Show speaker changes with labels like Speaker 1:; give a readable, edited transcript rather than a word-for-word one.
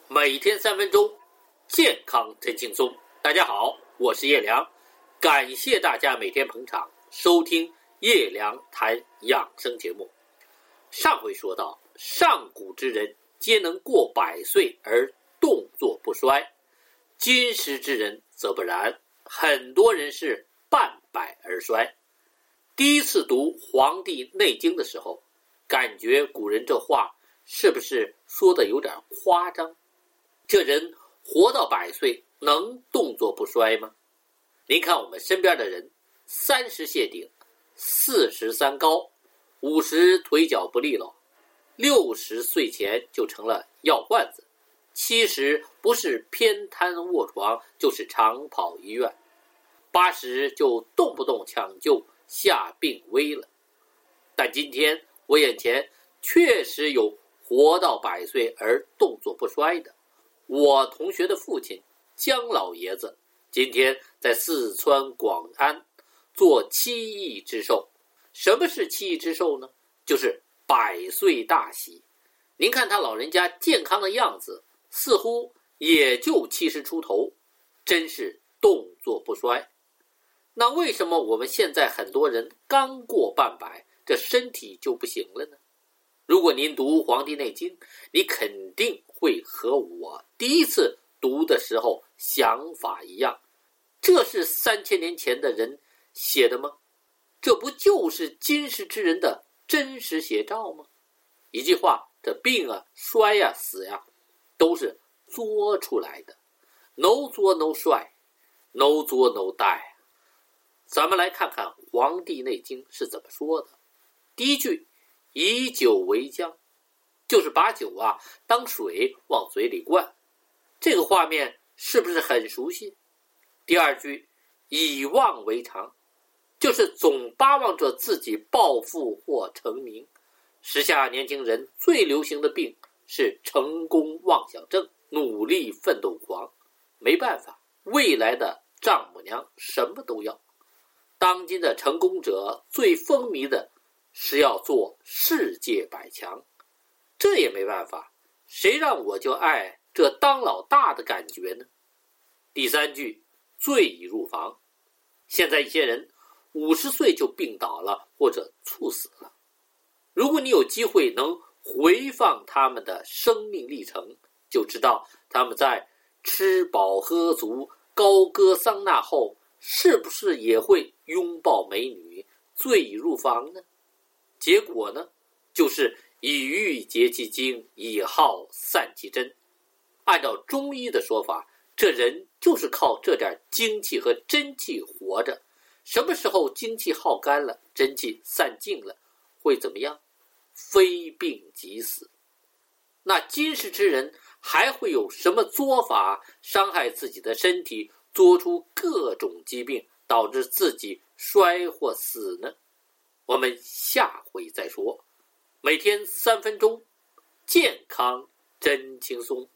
Speaker 1: 每天3分钟，健康真轻松。大家好，我是叶良，感谢大家每天捧场收听叶良谈养生节目。上回说到，上古之人皆能过100岁而动作不衰，今时之人则不然，很多人是半百而衰。第一次读《黄帝内经》的时候，感觉古人这话是不是说的有点夸张？这人活到100岁能动作不衰吗？您看我们身边的人，30谢顶，40三高，50腿脚不利落，60岁前就成了药罐子，70不是偏瘫卧床就是长跑医院，80就动不动抢救下病危了。但今天我眼前确实有活到100岁而动作不衰的。我同学的父亲姜老爷子今天在四川广安做7亿之寿。什么是7亿之寿呢？就是100岁大喜。您看他老人家健康的样子，似乎也就70出头，真是动作不衰。那为什么我们现在很多人刚过半百，这身体就不行了呢？如果您读《黄帝内经》，你肯定会和我第一次读的时候想法一样。这是3000年前的人写的吗？这不就是今时之人的真实写照吗？一句话，这病啊、衰呀、死呀，都是作出来的。No 作 no 衰 ，no 作 no die。咱们来看看《黄帝内经》是怎么说的。第一句，以酒为浆，就是把酒当水往嘴里灌。这个画面是不是很熟悉？第二句，以妄为常，就是总巴望着自己暴富或成名。时下年轻人最流行的病是成功妄想症，努力奋斗狂。没办法，未来的丈母娘什么都要。当今的成功者最风靡的是要做世界100强，这也没办法，谁让我就爱这当老大的感觉呢？第三句，醉已入房。现在一些人50岁就病倒了，或者猝死了。如果你有机会能回放他们的生命历程，就知道他们在吃饱喝足、高歌桑拿后，是不是也会拥抱美女，醉已入房呢？结果呢，就是以郁结其精，以耗散其真。按照中医的说法，这人就是靠这点精气和真气活着。什么时候精气耗干了，真气散尽了，会怎么样？非病即死。那今时之人还会有什么做法伤害自己的身体，做出各种疾病，导致自己衰或死呢？我们下回再说。每天3分钟，健康真轻松。